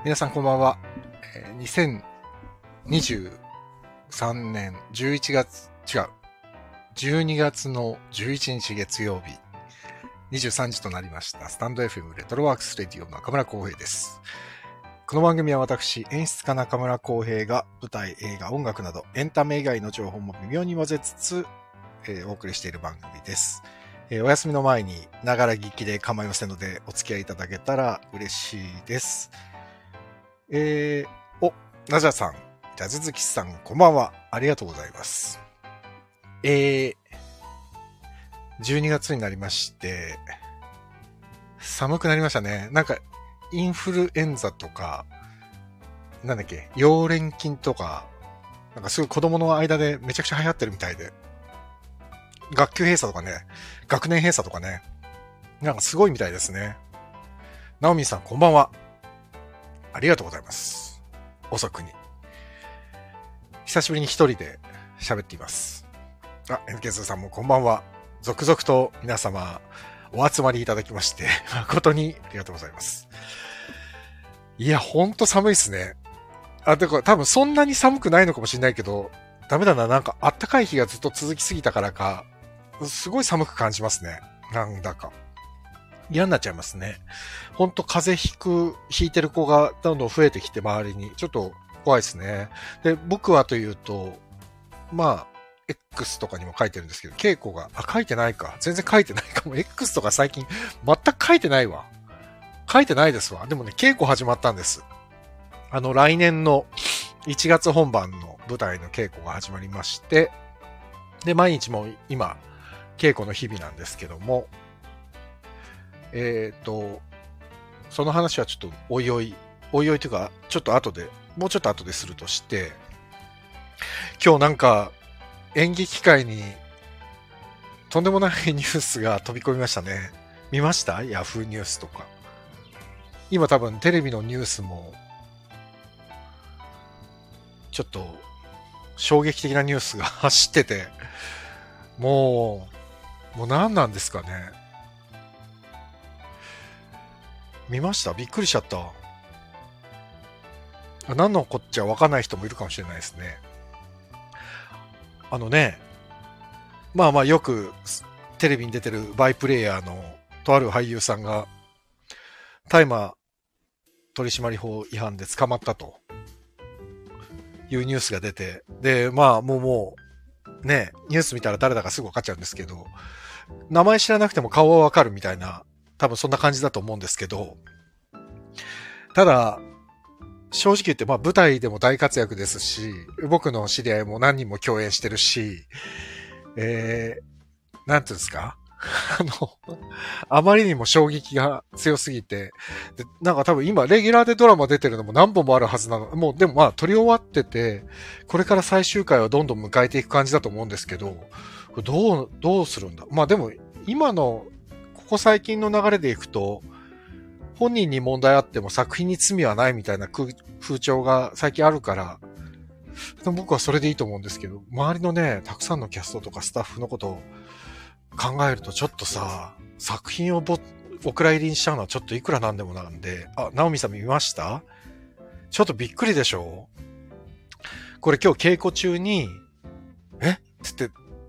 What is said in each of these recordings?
皆さんこんばんは。2023年11月、12月の11日月曜日、23時となりました。スタンド FM レトロワークスレディオ中村浩平です。この番組は私、演出家中村浩平が舞台、映画、音楽などエンタメ以外の情報も微妙に混ぜつつ、お送りしている番組です。お休みの前にながら聞きで構いませんのでお付き合いいただけたら嬉しいです。ナジャさん、ジャズ好きさん、こんばんは。ありがとうございます。12月になりまして、寒くなりましたね。なんか、インフルエンザとか、なんだっけ、溶連菌とか、なんかすごい子供の間でめちゃくちゃ流行ってるみたいで、学級閉鎖とかね、学年閉鎖とかね、なんかすごいみたいですね。ナオミさん、こんばんは。ありがとうございます。遅くに。久しぶりに一人で喋っています。NK2 さんもこんばんは。続々と皆様お集まりいただきまして、誠にありがとうございます。いや、ほんと寒いっすね。だから多分そんなに寒くないのかもしれないけど、ダメだな、なんか暖かい日がずっと続きすぎたからか、すごい寒く感じますね。なんだか。嫌になっちゃいますね。ほんと風邪ひいてる子がどんどん増えてきて周りに。ちょっと怖いですね。で、僕はというと、まあ、X とかにも書いてるんですけど、稽古が、書いてないか。全然書いてないかも。X とか最近全く書いてないわ。書いてないですわ。でもね、稽古始まったんです。来年の1月本番の舞台の稽古が始まりまして、で、毎日も今、稽古の日々なんですけども、その話はちょっとおいおいというか、ちょっと後で、もうちょっと後でするとして、今日なんか演劇界にとんでもないニュースが飛び込みましたね。見ました？ヤフーニュースとか。今多分テレビのニュースも、ちょっと衝撃的なニュースが走ってて、もう何なんですかね。見ました？びっくりしちゃった。何のこっちゃわかんない人もいるかもしれないですね。まあよくテレビに出てるバイプレイヤーのとある俳優さんが大麻取締法違反で捕まったというニュースが出て、で、まあもうね、ニュース見たら誰だかすぐわかっちゃうんですけど、名前知らなくても顔はわかるみたいな、多分そんな感じだと思うんですけど、ただ、正直言って、まあ舞台でも大活躍ですし、僕の知り合いも何人も共演してるし、なんていうんですかあまりにも衝撃が強すぎて、で、なんか多分今、レギュラーでドラマ出てるのも何本もあるはずなの。もう、でもまあ、撮り終わってて、これから最終回をどんどん迎えていく感じだと思うんですけど、どうするんだ？まあでも、今の、ここ最近の流れでいくと、本人に問題あっても作品に罪はないみたいな風潮が最近あるから、僕はそれでいいと思うんですけど、周りのね、たくさんのキャストとかスタッフのことを考えるとちょっとさ、作品をお蔵入りにしちゃうのはちょっといくらなんでもなんで、ナオミさん見ました？ちょっとびっくりでしょ？これ今日稽古中に、つって、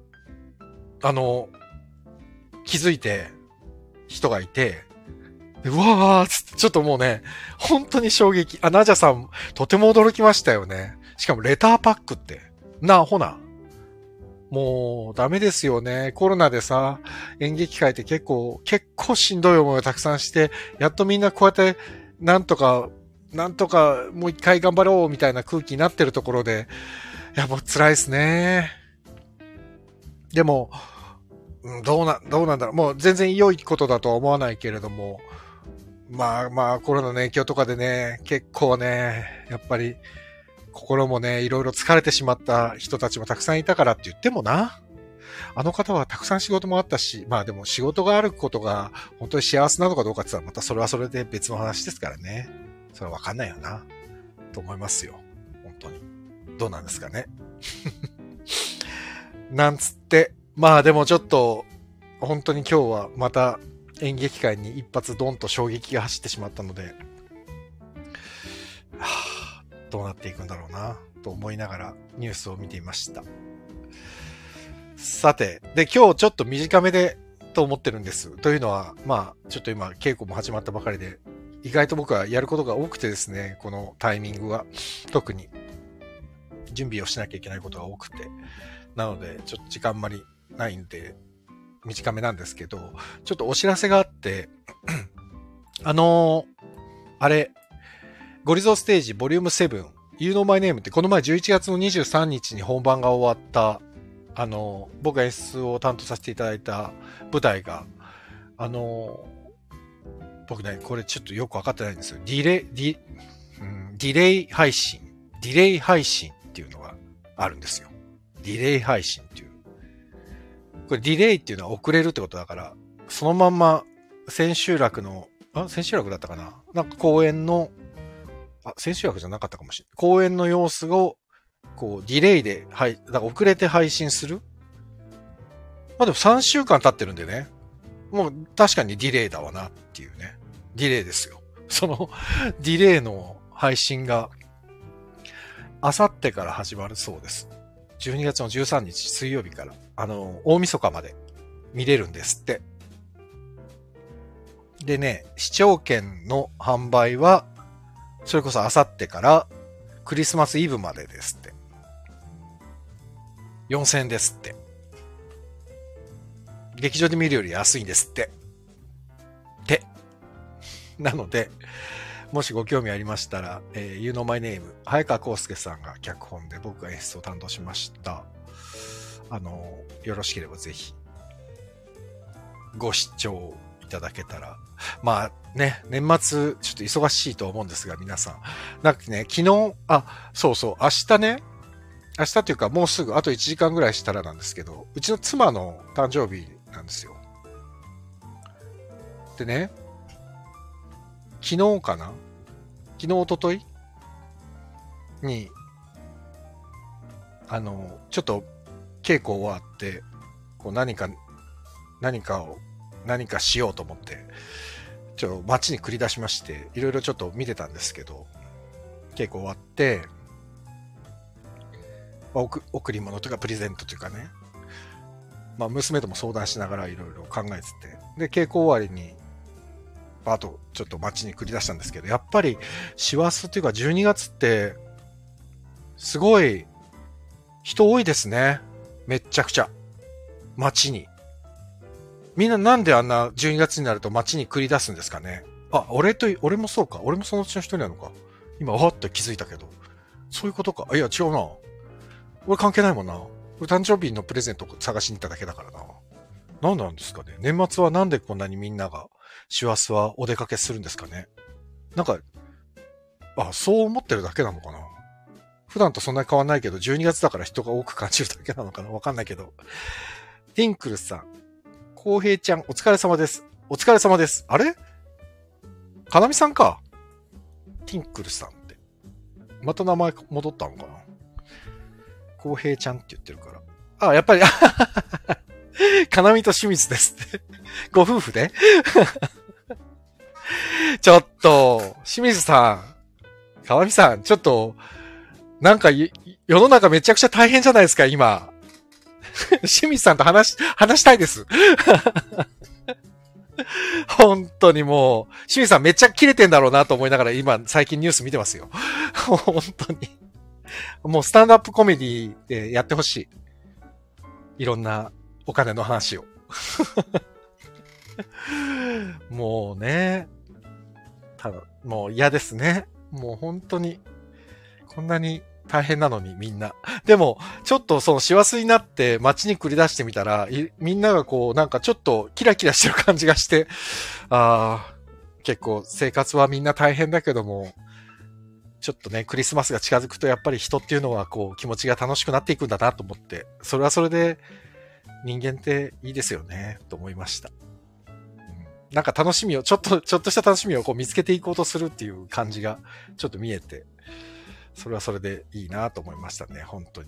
気づいて人がいて、うわーつって、ちょっともうね、本当に衝撃。ナジャさん、とても驚きましたよね。しかもレターパックって。ほな。もう、ダメですよね。コロナでさ、演劇界って結構しんどい思いをたくさんして、やっとみんなこうやって、なんとか、もう一回頑張ろうみたいな空気になってるところで、いや、もう辛いですね。でも、どうなんだろう。もう全然良いことだとは思わないけれども、まあ、コロナの影響とかでね、結構ね、やっぱり、心もね、いろいろ疲れてしまった人たちもたくさんいたからって言ってもな、あの方はたくさん仕事もあったし、まあでも仕事があることが本当に幸せなのかどうかって言ったらまたそれはそれで別の話ですからね。それはわかんないよな、と思いますよ。本当に。どうなんですかね。なんつって、まあでもちょっと、本当に今日はまた演劇界に一発ドンと衝撃が走ってしまったので、 どうなっていくんだろうな、と思いながらニュースを見ていました。さて、で、今日ちょっと短めで、と思ってるんです。というのは、ちょっと今、稽古も始まったばかりで、意外と僕はやることが多くてですね、このタイミングは、特に、準備をしなきゃいけないことが多くて、なので、ちょっと時間あんまりないんで、短めなんですけど、ちょっとお知らせがあって、あれ、ゴリゾーステージボリューム7、You Know My Name ってこの前11月の23日に本番が終わった、僕が演出を担当させていただいた舞台が、僕ね、これちょっとよくわかってないんですよ。ディレイ配信っていうのがあるんですよ。ディレイ配信っていう。これディレイっていうのは遅れるってことだから、そのまんま千秋楽だったかな、なんか公演の、千秋楽じゃなかったかもしれない。公演の様子を、こう、ディレイで、だから遅れて配信する。でも3週間経ってるんでね。もう確かにディレイだわなっていうね。ディレイですよ。その、ディレイの配信が、あさってから始まるそうです。12月の13日水曜日から、大晦日まで見れるんですって。でね、視聴券の販売は、それこそあさってからクリスマスイブまでですって。4000円ですって。劇場で見るより安いんですって。なので、もしご興味ありましたら、You Know My Name、早川康介さんが脚本で僕が演出を担当しました。よろしければぜひ、ご視聴いただけたら。年末ちょっと忙しいと思うんですが、皆さん。なんかね、昨日、明日っていうかもうすぐあと1時間ぐらいしたらなんですけど、うちの妻の誕生日なんですよ。でね、昨日、一昨日に、ちょっと稽古終わって、こう何かしようと思って、街に繰り出しまして、いろいろちょっと見てたんですけど、稽古終わって、贈り物というかプレゼントというかね、娘とも相談しながらいろいろ考えてて、で、稽古終わりに、あとちょっと街に繰り出したんですけど、やっぱり師走っていうか12月ってすごい人多いですね。めっちゃくちゃ街に。みんななんであんな12月になると街に繰り出すんですかね。俺もそうか。俺もそのうちの一人なのか。今わーっと気づいたけど、そういうことか。いや違うな。俺関係ないもんな。俺誕生日のプレゼントを探しに行っただけだからな。何なんですかね。年末はなんでこんなにみんなが師走はお出かけするんですかね。なんか、そう思ってるだけなのかな。普段とそんなに変わんないけど、12月だから人が多く感じるだけなのかな。わかんないけど。ティンクルさん、コウヘイちゃん、お疲れ様です。お疲れ様です。あれかなみさんか。ティンクルさんって。また名前戻ったのかな。コウヘイちゃんって言ってるから。やっぱり、かなみと清水ですって。ご夫婦でちょっと、清水さん、かなみさん、ちょっと、なんか世の中めちゃくちゃ大変じゃないですか、今。清水さんと話したいです。本当にもう、清水さんめっちゃキレてんだろうなと思いながら今、最近ニュース見てますよ。本当に。もうスタンドアップコメディでやってほしい。いろんなお金の話を。もうね、もう嫌ですね。もう本当に、こんなに大変なのにみんな。でも、ちょっとその師走になって街に繰り出してみたら、みんながこうなんかちょっとキラキラしてる感じがして、結構生活はみんな大変だけども、ちょっとね、クリスマスが近づくとやっぱり人っていうのはこう気持ちが楽しくなっていくんだなと思って、それはそれで人間っていいですよね、と思いました。なんか楽しみを、ちょっとした楽しみをこう見つけていこうとするっていう感じがちょっと見えて、それはそれでいいなと思いましたね、本当に。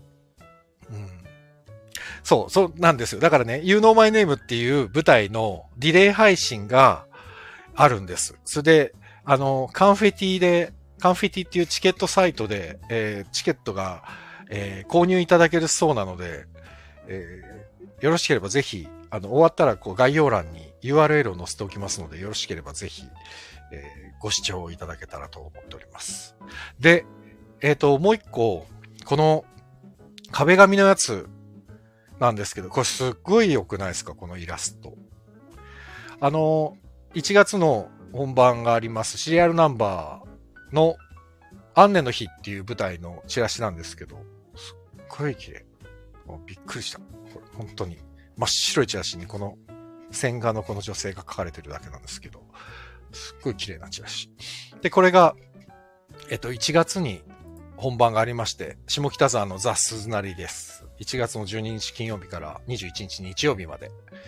そうなんですよ。だからね、You Know My Name っていう舞台のディレイ配信があるんです。それで、カンフェティカンフィティっていうチケットサイトで、チケットが、購入いただけるそうなので、よろしければぜひ、終わったら概要欄に URL を載せておきますので、よろしければぜひ、ご視聴いただけたらと思っております。で、もう一個、この壁紙のやつなんですけど、これすっごい良くないですか、このイラスト。1月の本番がありますシリアルナンバーのアンネの日っていう舞台のチラシなんですけど、すっごい綺麗。びっくりした。これ本当に真っ白いチラシにこの線画のこの女性が描かれてるだけなんですけど、すっごい綺麗なチラシ。で、これが、1月に本番がありまして、下北沢のザ・鈴なりです。1月の12日金曜日から21日日曜日まで。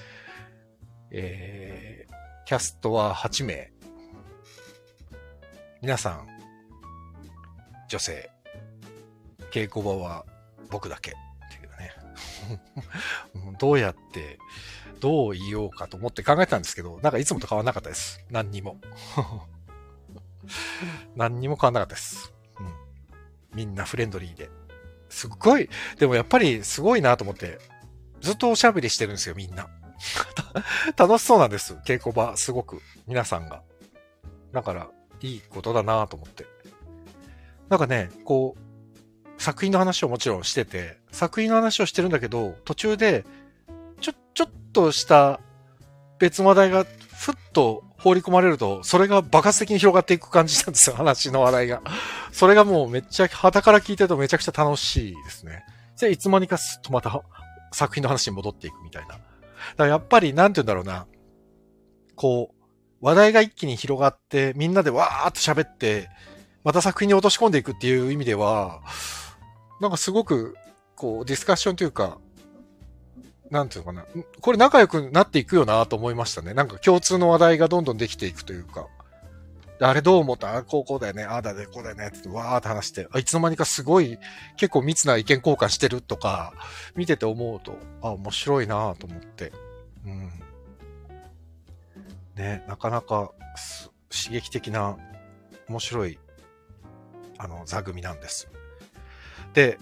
キャストは8名。皆さん、女性。稽古場は僕だけ。っていうね。どうやって、どう言おうかと思って考えたんですけど、なんかいつもと変わらなかったです。何にも。何にも変わらなかったです。みんなフレンドリーで。すっごい、でもやっぱりすごいなと思って、ずっとおしゃべりしてるんですよ、みんな。楽しそうなんです、稽古場、すごく。皆さんが。だから、いいことだなと思って。なんかね、作品の話をもちろんしてて、作品の話をしてるんだけど、途中で、ちょっとした別の話題がふっと放り込まれると、それが爆発的に広がっていく感じなんですよ、話の話題が。それがもうめっちゃ、傍から聞いてるとめちゃくちゃ楽しいですね。で、いつまにかすっとまた作品の話に戻っていくみたいな。だからやっぱり、なんて言うんだろうな。話題が一気に広がって、みんなでわーっと喋って、また作品に落とし込んでいくっていう意味では、なんかすごく、ディスカッションというか、なんていうのかな。これ仲良くなっていくよなと思いましたね。なんか共通の話題がどんどんできていくというか。あれどう思った？こうだよね。ああだね、こうだよね。ってわーって話して、いつの間にかすごい結構密な意見交換してるとか、見てて思うと、面白いなと思って。ね、なかなか刺激的な面白い、座組なんです。で、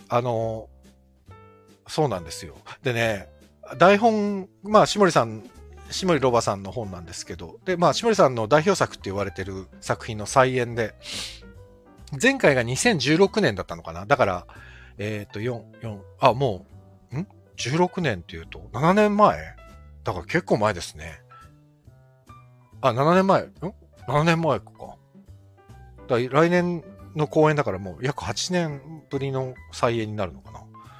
そうなんですよ。でね、台本、下森ロバさんの本なんですけど、で、下森さんの代表作って言われてる作品の再演で、前回が2016年だったのかな。だから、もう、16年って言うと、7年前だから結構前ですね。7年前 ?7 年前か。来年の公演だからもう約8年ぶりの再演になるのかな。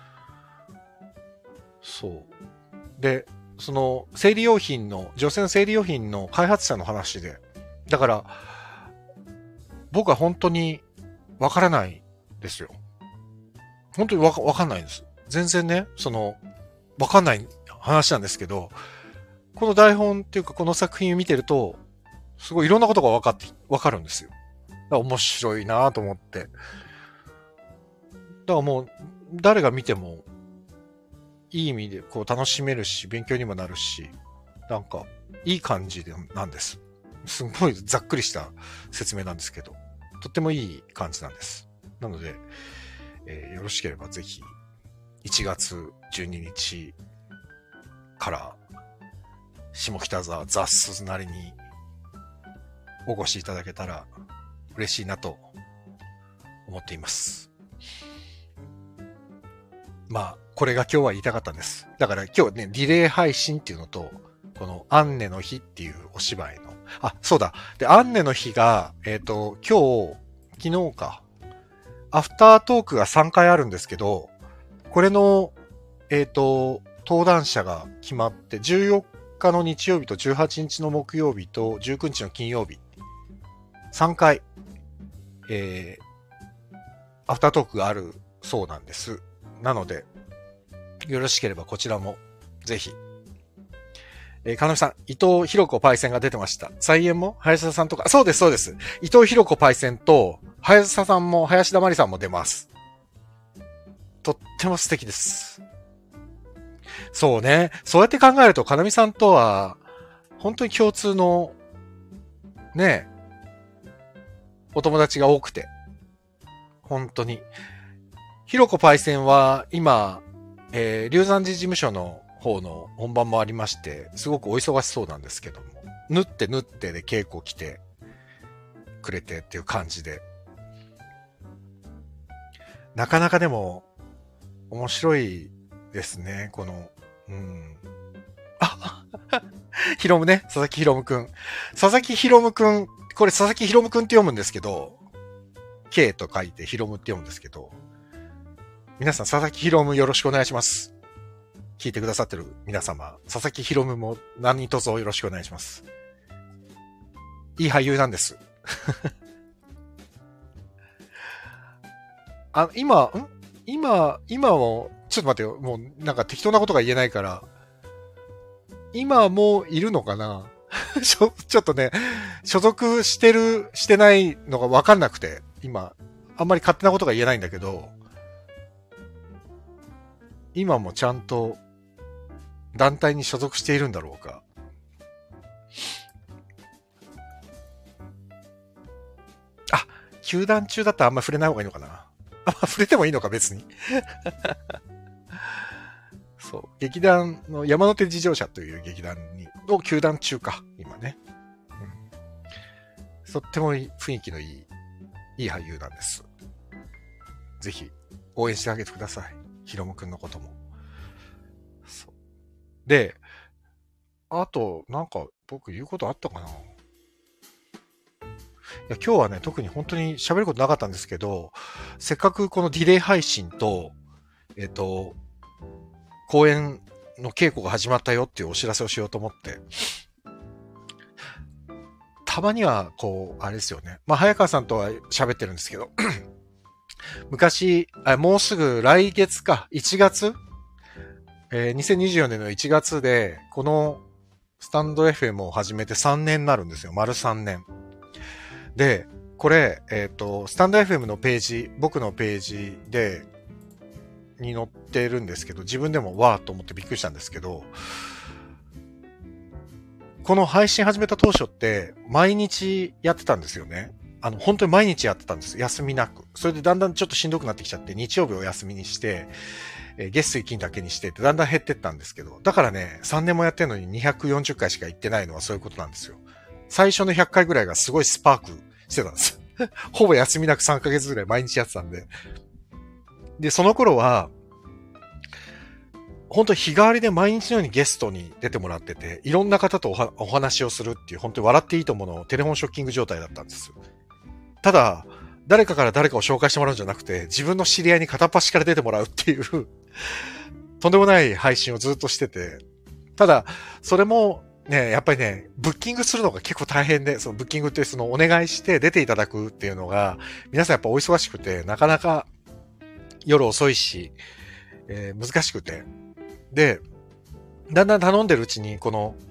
そう。で、その女性の生理用品の開発者の話で、だから、僕は本当にわからないですよ。本当にわかんないんです。全然ね、わかんない話なんですけど、この台本っていうかこの作品を見てると、すごいいろんなことがわかるんですよ。だから面白いなと思って。だからもう、誰が見ても、いい意味で楽しめるし、勉強にもなるし、なんか、いい感じなんです。すごいざっくりした説明なんですけど、とってもいい感じなんです。なので、よろしければぜひ、1月12日から下北沢ザ・鈴なりにお越しいただけたら嬉しいなと思っています。これが今日は言いたかったんです。だから今日ね、リレー配信っていうのと、このアンネの日っていうお芝居の、そうだ。で、アンネの日が、昨日か。アフタートークが3回あるんですけど、これの、登壇者が決まって、14日の日曜日と18日の木曜日と19日の金曜日、3回、アフタートークがあるそうなんです。なので、よろしければこちらも、ぜひ。かのみさん、伊藤博子パイセンが出てました。再演も林田さんとか、そうです、そうです。伊藤博子パイセンと、林田さんも、林田まりさんも出ます。とっても素敵です。そうね。そうやって考えると、かなみさんとは、本当に共通の、ね、お友達が多くて。 本当に。ひろこパイセンは今、龍山寺事務所の方の本番もありまして、すごくお忙しそうなんですけども、縫ってで稽古来てくれてっていう感じで。なかなかでも、面白いですね、この、ヒロムね、佐々木ヒロムくん。佐々木ヒロムくん、これ佐々木ヒロムくんって読むんですけど、K と書いてヒロムって読むんですけど、皆さん佐々木ヒロムよろしくお願いします。聞いてくださってる皆様、佐々木ヒロムも何卒よろしくお願いします。いい俳優なんです。今も、ちょっと待ってよ、もうなんか適当なことが言えないから、今もいるのかなちょっとね、所属してないのがわかんなくて、今、あんまり勝手なことが言えないんだけど、今もちゃんと団体に所属しているんだろうか。あ、球団中だったらあんま触れない方がいいのかな。触れてもいいのか別に。そう。劇団の山手自動車という劇団の球団中か、今ね。とっても雰囲気のいい俳優なんです。ぜひ、応援してあげてください。ヒロムくんのことも。そう。で、あと、なんか僕言うことあったかな。いや、今日はね、特に本当に喋ることなかったんですけど、せっかくこのディレイ配信と、公演の稽古が始まったよっていうお知らせをしようと思って、たまには、こう、あれですよね。まあ、早川さんとは喋ってるんですけど、昔、もうすぐ来月か、1月、2024年の1月で、このスタンド FM を始めて3年になるんですよ。丸3年。で、これ、スタンド FM のページ、僕のページに載ってるんですけど、自分でもわーっと思ってびっくりしたんですけど、この配信始めた当初って、毎日やってたんですよね。本当に毎日やってたんです。休みなく。それでだんだんちょっとしんどくなってきちゃって、日曜日を休みにして、月水金だけにしてって、だんだん減ってったんですけど、だからね、3年もやってるのに240回しか行ってないのはそういうことなんですよ。最初の100回ぐらいがすごいスパークしてたんです。ほぼ休みなく3ヶ月ぐらい毎日やってたんで。で、その頃は、本当日替わりで毎日のようにゲストに出てもらってて、いろんな方とお話をするっていう、本当に笑っていいとものテレフォンショッキング状態だったんです。ただ、誰かから誰かを紹介してもらうんじゃなくて、自分の知り合いに片っ端から出てもらうっていうとんでもない配信をずっとしてて、ただ、それもね、やっぱりね、ブッキングするのが結構大変で、そのブッキングってそのお願いして出ていただくっていうのが、皆さんやっぱお忙しくて、なかなか夜遅いし、難しくて。で、だんだん頼んでるうちに、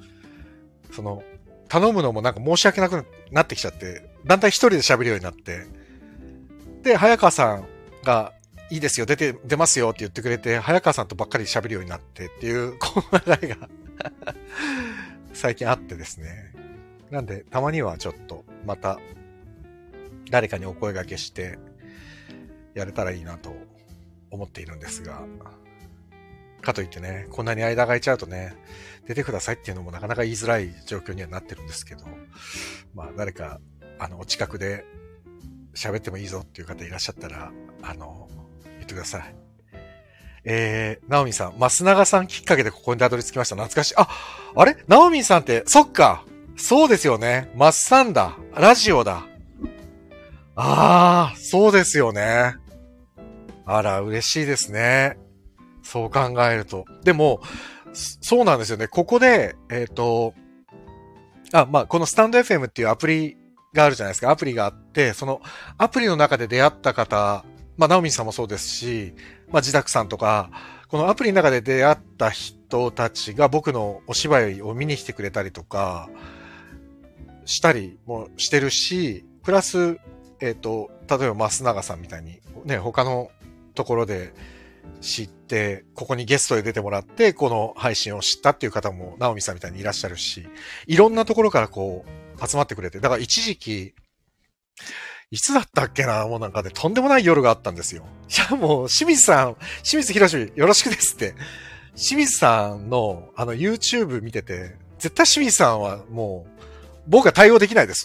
頼むのもなんか申し訳なくなってきちゃって、だんだん一人で喋るようになって、で、早川さんが、いいですよ、出ますよって言ってくれて、早川さんとばっかり喋るようになってっていう、この流れが最近あってですね。なんで、たまにはちょっと、また、誰かにお声掛けして、やれたらいいなと思っているんですが、かといってね、こんなに間が空いちゃうとね、出てくださいっていうのもなかなか言いづらい状況にはなってるんですけど、まあ誰か、お近くで喋ってもいいぞっていう方いらっしゃったら、言ってください。ナオミンさん、増永さんきっかけでここにたどり着きました。懐かしい。あれナオミンさんって、そっか。そうですよね。マッサンだ。ラジオだ。そうですよね。あら、嬉しいですね。そう考えると。でも、そうなんですよね。ここで、このスタンド FM っていうアプリがあるじゃないですか。アプリがあって、そのアプリの中で出会った方、ナオミンさんもそうですし、自宅さんとか、このアプリの中で出会った人たちが僕のお芝居を見に来てくれたりとか、したりもしてるし、プラス、例えば増永さんみたいに、ね、他のところで知って、ここにゲストで出てもらって、この配信を知ったっていう方も、ナオミさんみたいにいらっしゃるし、いろんなところからこう、集まってくれて、だから一時期、 いつだったっけな、もうなんかね、とんでもない夜があったんですよ。いや、もう、清水さん、清水博士、よろしくですって。清水さんの、YouTube 見てて、絶対清水さんはもう、僕が対応できないです。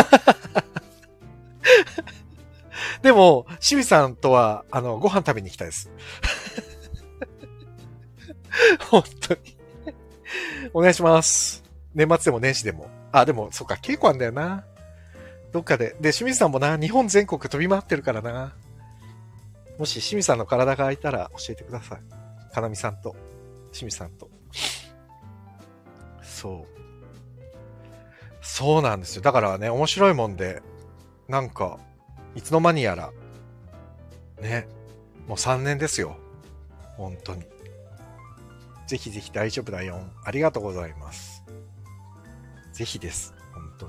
でも、清水さんとは、ご飯食べに行きたいです。本当に。お願いします。年末でも年始でも。あ、でも、そっか、稽古あんだよな。どっかで。で、清水さんもな、日本全国飛び回ってるからな。もし清水さんの体が空いたら教えてください。かなみさんと、清水さんと。そう。そうなんですよ。だからね、面白いもんで、なんか、いつの間にやら、ね、もう3年ですよ。本当に。ぜひぜひ大丈夫だよ。ありがとうございます。ぜひです。本当に。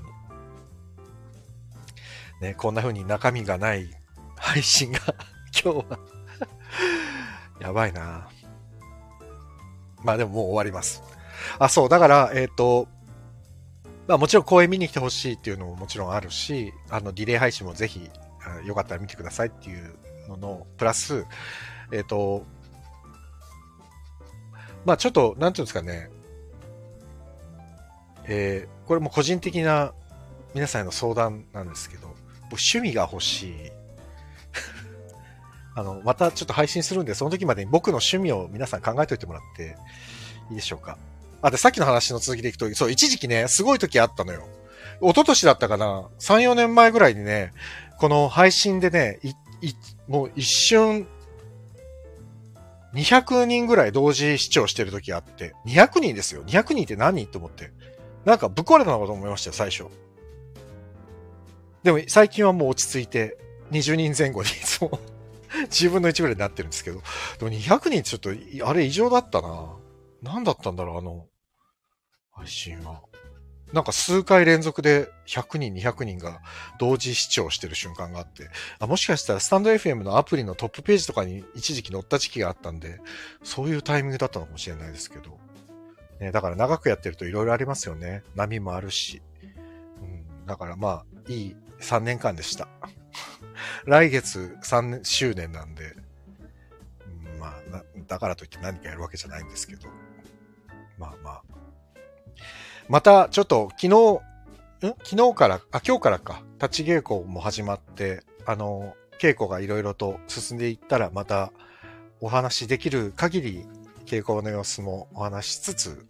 ね、こんな風に中身がない配信が今日はやばいな。まあでももう終わります。あ、そう、だから、まあもちろん公演見に来てほしいっていうのももちろんあるし、リレー配信もぜひ、よかったら見てくださいっていうのの、プラス、まあちょっと、なんていうんですかね、これも個人的な皆さんへの相談なんですけど、僕趣味が欲しい。またちょっと配信するんで、その時までに僕の趣味を皆さん考えておいてもらっていいでしょうか。あ、で、さっきの話の続きでいくと、そう、一時期ね、すごい時あったのよ。一昨年だったかな ?3、4年前ぐらいにね、この配信でね、もう一瞬、200人ぐらい同時視聴してる時あって、200人ですよ。200人って何と思って。なんかぶっ壊れたのかと思いましたよ、最初。でも最近はもう落ち着いて、20人前後にいつも10分の1ぐらいになってるんですけど、でも200人ちょっと、あれ異常だったな。何だったんだろう、配信は。なんか数回連続で100人、200人が同時視聴してる瞬間があって、もしかしたらスタンド FM のアプリのトップページとかに一時期載った時期があったんで、そういうタイミングだったのかもしれないですけど。ね、だから長くやってると色々ありますよね。波もあるし。だからまあ、いい3年間でした。来月3周年なんで、まあ、だからといって何かやるわけじゃないんですけど。まあまあ。また、ちょっと昨日から、今日からか、立ち稽古も始まって、稽古がいろいろと進んでいったら、またお話できる限り、稽古の様子もお話しつつ、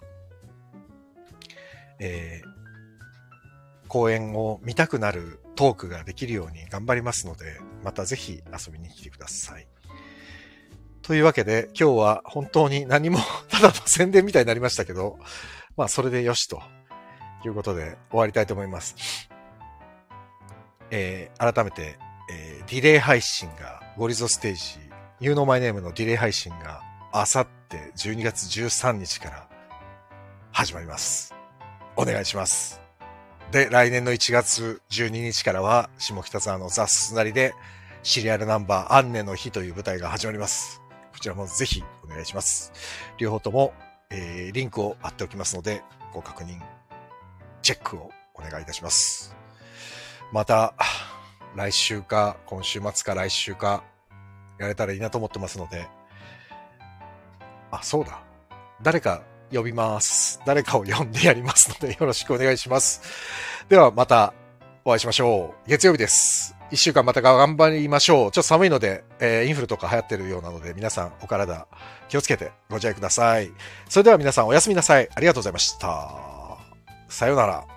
公演を見たくなるトークができるように頑張りますので、またぜひ遊びに来てください。というわけで、今日は本当に何もただの宣伝みたいになりましたけど、まあそれでよしということで終わりたいと思います。改めて、ディレイ配信がゴリゾステージ、You Know My Nameのディレイ配信があさって12月13日から始まります。お願いします。で、来年の1月12日からは下北沢のザ・スナリでシリアルナンバーアンネの日という舞台が始まります。こちらもぜひお願いします。両方とも、リンクを貼っておきますのでご確認、チェックをお願いいたします。また、来週か今週末か来週かやれたらいいなと思ってますので、そうだ。誰か呼びます。誰かを呼んでやりますのでよろしくお願いします。ではまたお会いしましょう。月曜日です。一週間また頑張りましょう。ちょっと寒いので、インフルとか流行ってるようなので、皆さんお体気をつけてご自愛ください。それでは皆さんおやすみなさい。ありがとうございました。さようなら。